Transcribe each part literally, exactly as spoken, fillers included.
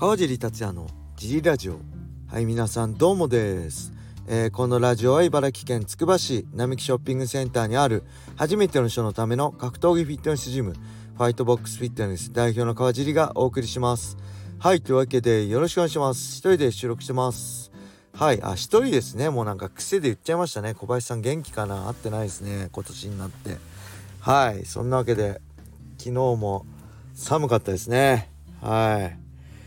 川尻達也のジリラジオ。はい、皆さんどうもです、えー、このラジオは茨城県つくば市並木ショッピングセンターにある初めての人のための格闘技フィットネスジム、ファイトボックスフィットネス代表の川尻がお送りします。はい、というわけでよろしくお願いします。一人で収録してます。はい、あ、一人ですね。もうなんか癖で言っちゃいましたね。小林さん元気かな？会ってないですね、今年になって。はい、そんなわけで昨日も寒かったですね。はい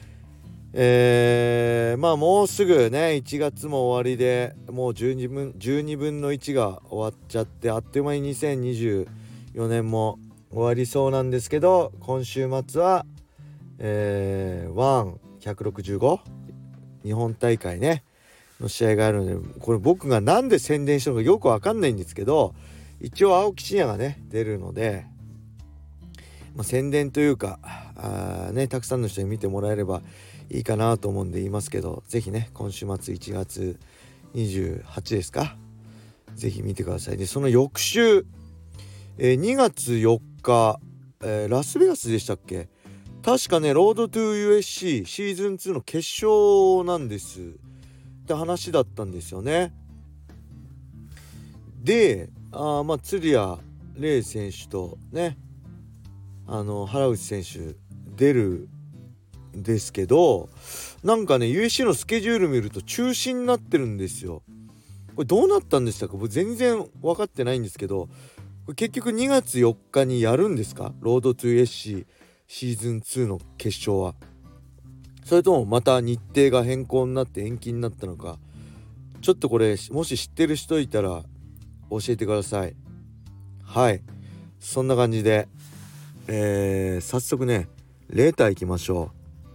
えー、まあもうすぐねいちがつも終わりで、もうじゅうにぶんじゅうにぶんのいちが終わっちゃって、あっという間ににせんにじゅうよねんも終わりそうなんですけど、今週末はえー、ワンひゃくろくじゅうご日本大会ねの試合があるので、これ僕がなんで宣伝したのかよくわかんないんですけど、一応青木真也がね出るので、まあ、宣伝というかあ、ね、たくさんの人に見てもらえればいいかなと思うんで言いますけど、ぜひね今週末いちがつにじゅうはちですか、ぜひ見てください。でその翌週、えー、にがつよっか、えー、ラスベガスでしたっけ、確かねロードトゥ ユーエフシー シーズンツーの決勝なんですって話だったんですよね。であまあ鶴谷玲選手とねあの原口選手出るんですけど、なんかね ユーエフシー のスケジュール見ると中止になってるんですよ。これどうなったんでしたか？僕全然分かってないんですけど、これ結局にがつよっかにやるんですか？ロードトゥ ユーエフシー シーズンツーの決勝は。それともまた日程が変更になって延期になったのか、ちょっとこれもし知ってる人いたら教えてください。はい、そんな感じで、えー、早速ねレターいきましょう。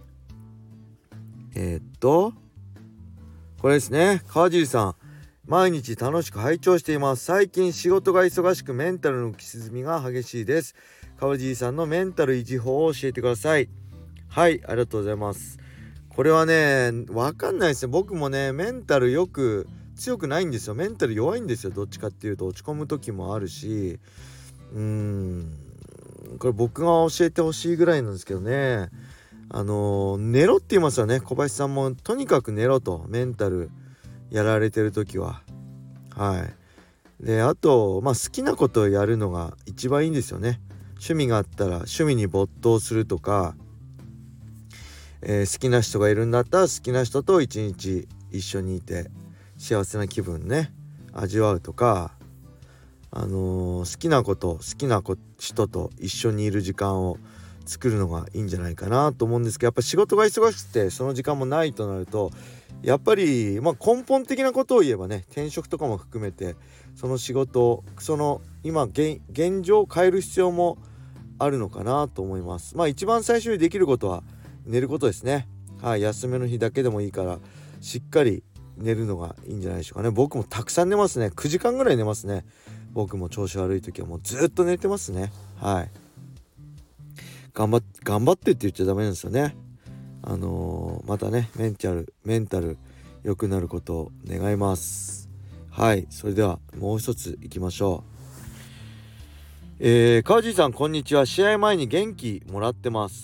えー、っとこれですね。川尻さん、毎日楽しく拝聴しています。最近仕事が忙しくメンタルの浮き沈みが激しいです。川尻さんのメンタル維持法を教えてください。はい、ありがとうございます。これはねわかんないですね。僕もねメンタルよく強くないんですよ。メンタル弱いんですよ。どっちかっていうと落ち込む時もあるし、うーんこれ僕が教えてほしいぐらいなんですけどね。あのー、寝ろって言いますよね。小林さんもとにかく寝ろと、メンタルやられてる時は。はいであと、まあ、好きなことをやるのが一番いいんですよね。趣味があったら趣味に没頭するとか、えー、好きな人がいるんだったら好きな人と一日一緒にいて幸せな気分ね味わうとか、あのー、好きなこと好きな人と一緒にいる時間を作るのがいいんじゃないかなと思うんですけど、やっぱ仕事が忙しくてその時間もないとなると、やっぱり、まあ、根本的なことを言えばね、転職とかも含めてその仕事その今 現, 現状を変える必要もあるのかなと思います。まあ一番最初にできることは寝ることですね。はい、休みの日だけでもいいからしっかり寝るのがいいんじゃないでしょうかね。僕もたくさん寝ますね。くじかんぐらい寝ますね。僕も調子悪い時はもうずっと寝てますね。はい頑張っ頑張ってって言っちゃダメなんですよね。あのー、またねメンタルメンタル良くなることを願います。はい、それではもう一ついきましょう。えー、川地さんこんにちは。試合前に元気もらってます。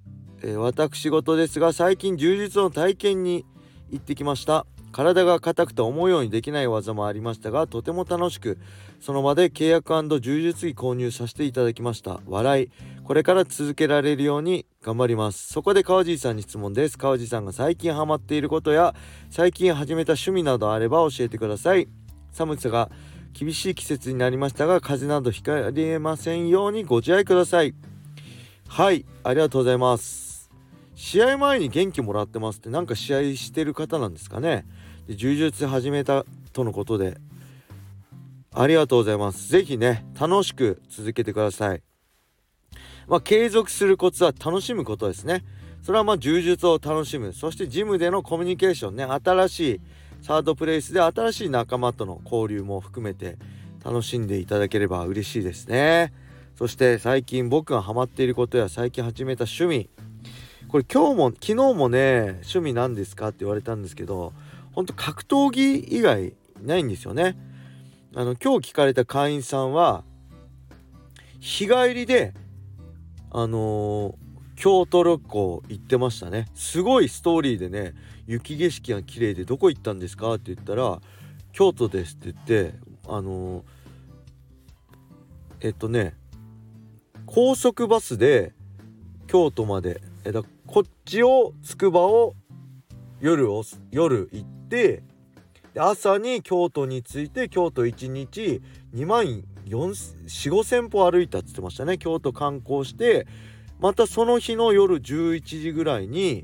えー、私事ですが最近柔術の体験に行ってきました。体が硬くて思うようにできない技もありましたが、とても楽しく、その場で契約&柔術着購入させていただきました。笑い。これから続けられるように頑張ります。そこで川尻さんに質問です。川尻さんが最近ハマっていることや最近始めた趣味などあれば教えてください。寒さが厳しい季節になりましたが、風邪などひかれませんようにご自愛ください。はい、ありがとうございます。試合前に元気もらってますって、なんか試合してる方なんですかね。で柔術始めたとのことでありがとうございます。ぜひね楽しく続けてください。まあ継続するコツは楽しむことですね。それはまあ柔術を楽しむ、そしてジムでのコミュニケーションね、新しいサードプレイスで新しい仲間との交流も含めて楽しんでいただければ嬉しいですね。そして最近僕がハマっていることや最近始めた趣味、これ今日も昨日もね趣味なんですかって言われたんですけど、ほんと格闘技以外ないんですよね。あの今日聞かれた会員さんは日帰りであのー、 京都旅行行ってましたね。すごいストーリーでね、雪景色が綺麗でどこ行ったんですかって言ったら、京都ですって言って、あのー、えっとね高速バスで京都まで、えだこっちをつくばを夜を夜行って、で朝に京都に着いて、京都いちにちにまんよんせんごせん歩歩いたって言ってましたね。京都観光して、またその日の夜じゅういちじぐらいに、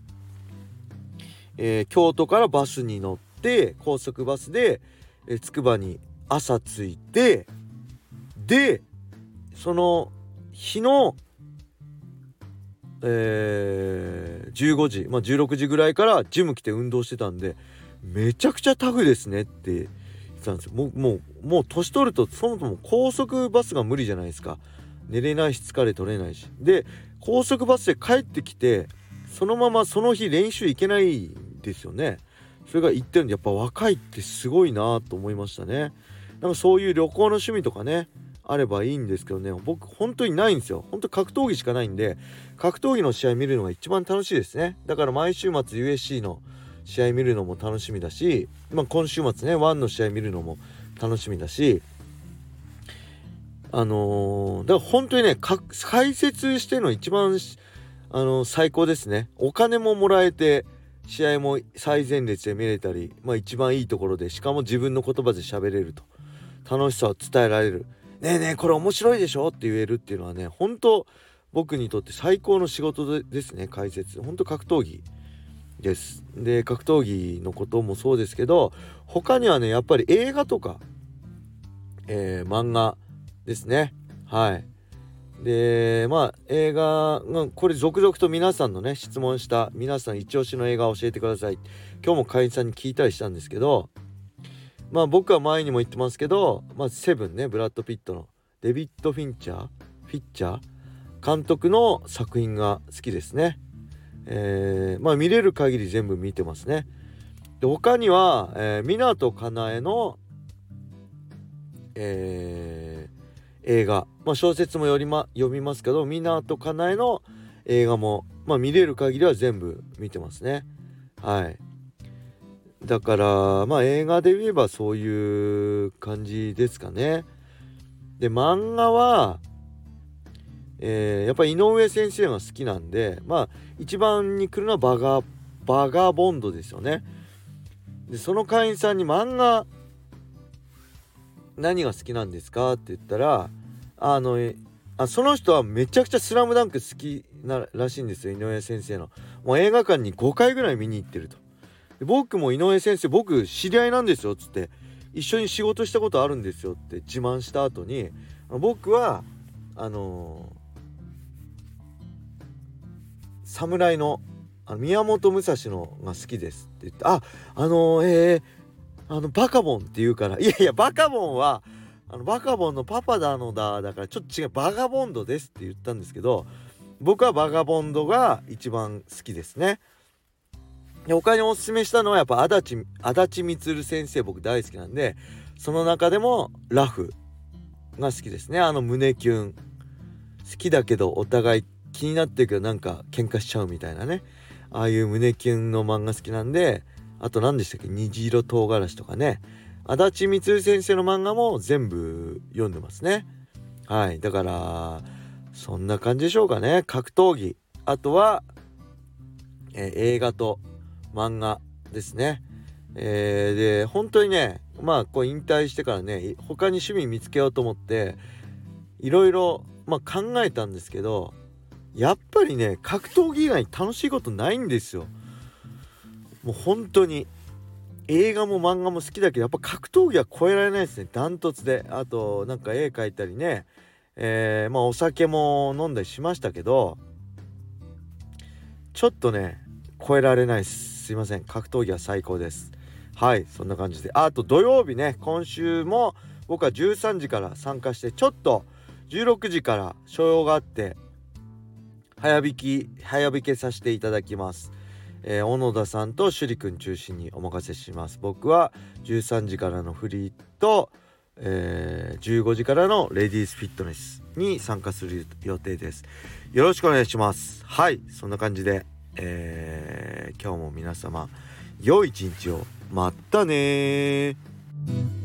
えー、京都からバスに乗って高速バスでつくばに朝着いて、でその日の、えー、じゅうごじ、まあ、じゅうろくじぐらいからジム来て運動してたんで、めちゃくちゃタフですねって言ってたんですよ。もうもうもう年取るとそもそも高速バスが無理じゃないですか。寝れないし疲れ取れないし、で高速バスで帰ってきてそのままその日練習行けないんですよね。それが言ってるんで、やっぱ若いってすごいなと思いましたね。なんかそういう旅行の趣味とかねあればいいんですけどね、僕本当にないんですよ。本当格闘技しかないんで、格闘技の試合見るのが一番楽しいですね。だから毎週末 ユーエフシー の試合見るのも楽しみだし、まあ、今週末ねワンの試合見るのも楽しみだし、あのー、だから本当にね解説しての一番、あのー、最高ですね。お金ももらえて試合も最前列で見れたり、まあ一番いいところで、しかも自分の言葉で喋れると、楽しさを伝えられる、ねえねえこれ面白いでしょって言えるっていうのはね、本当僕にとって最高の仕事ですね。解説本当格闘技です。で格闘技のこともそうですけど、他にはねやっぱり映画とか、えー、漫画ですね。はい。でまあ映画がこれ続々と皆さんのね質問した皆さん一押しの映画を教えてください。今日も会員さんに聞いたりしたんですけど、まあ僕は前にも言ってますけど、まあセブンね、ブラッド・ピットのデビッド・フィンチャーフィッチャー監督の作品が好きですね。えー、まあ見れる限り全部見てますね。で他には、えー、湊かなえの、えー、映画、まあ小説も読みま読みますけど、湊かなえの映画もまあ見れる限りは全部見てますね。はい。だからまあ映画で言えばそういう感じですかね。で漫画は、えー、やっぱり井上先生が好きなんで、まあ一番に来るのはバガバガボンドですよね。でその会員さんに漫画何が好きなんですかって言ったら、あのあその人はめちゃくちゃスラムダンク好きならしいんですよ。井上先生のもう映画館にごかいぐらい見に行ってると。で僕も井上先生僕知り合いなんですよっつって、一緒に仕事したことあるんですよって自慢した後に、僕はあのー、侍のあの宮本武蔵のが好きですって言って、ああのー、えー、あのバカボンって言うから、いやいやバカボンはあのバカボンのパパだのだだからちょっと違う、バガボンドですって言ったんですけど、僕はバガボンドが一番好きですね。で他におすすめしたのはやっぱ足立足立満先生、僕大好きなんで、その中でもラフが好きですね。あの胸キュン好きだけどお互い気になってるけどなんか喧嘩しちゃうみたいなね、ああいう胸キュンの漫画好きなんで、あと何でしたっけ、虹色唐辛子とかね、足立満先生の漫画も全部読んでますね。はい。だからそんな感じでしょうかね。格闘技、あとは、えー、映画と漫画ですね。えー、で本当にね、まあこう引退してからね他に趣味見つけようと思っていろいろまあ考えたんですけど、やっぱりね格闘技以外に楽しいことないんですよ。もう本当に映画も漫画も好きだけどやっぱ格闘技は超えられないですね、ダントツで。あとなんか絵描いたりね、えー、まあお酒も飲んだりしましたけど、ちょっとね超えられないです。すいません、格闘技は最高です。はい、そんな感じで、あと土曜日ね、今週も僕はじゅうさんじから参加して、ちょっとじゅうろくじから所用があって早引き早引けさせていただきます。えー、小野田さんと趣里くん中心にお任せします。僕はじゅうさんじからのフリーと、えー、じゅうごじからのレディースフィットネスに参加する予定です。よろしくお願いします。 はいそんな感じで、えー、今日も皆様良い一日を。まったねー。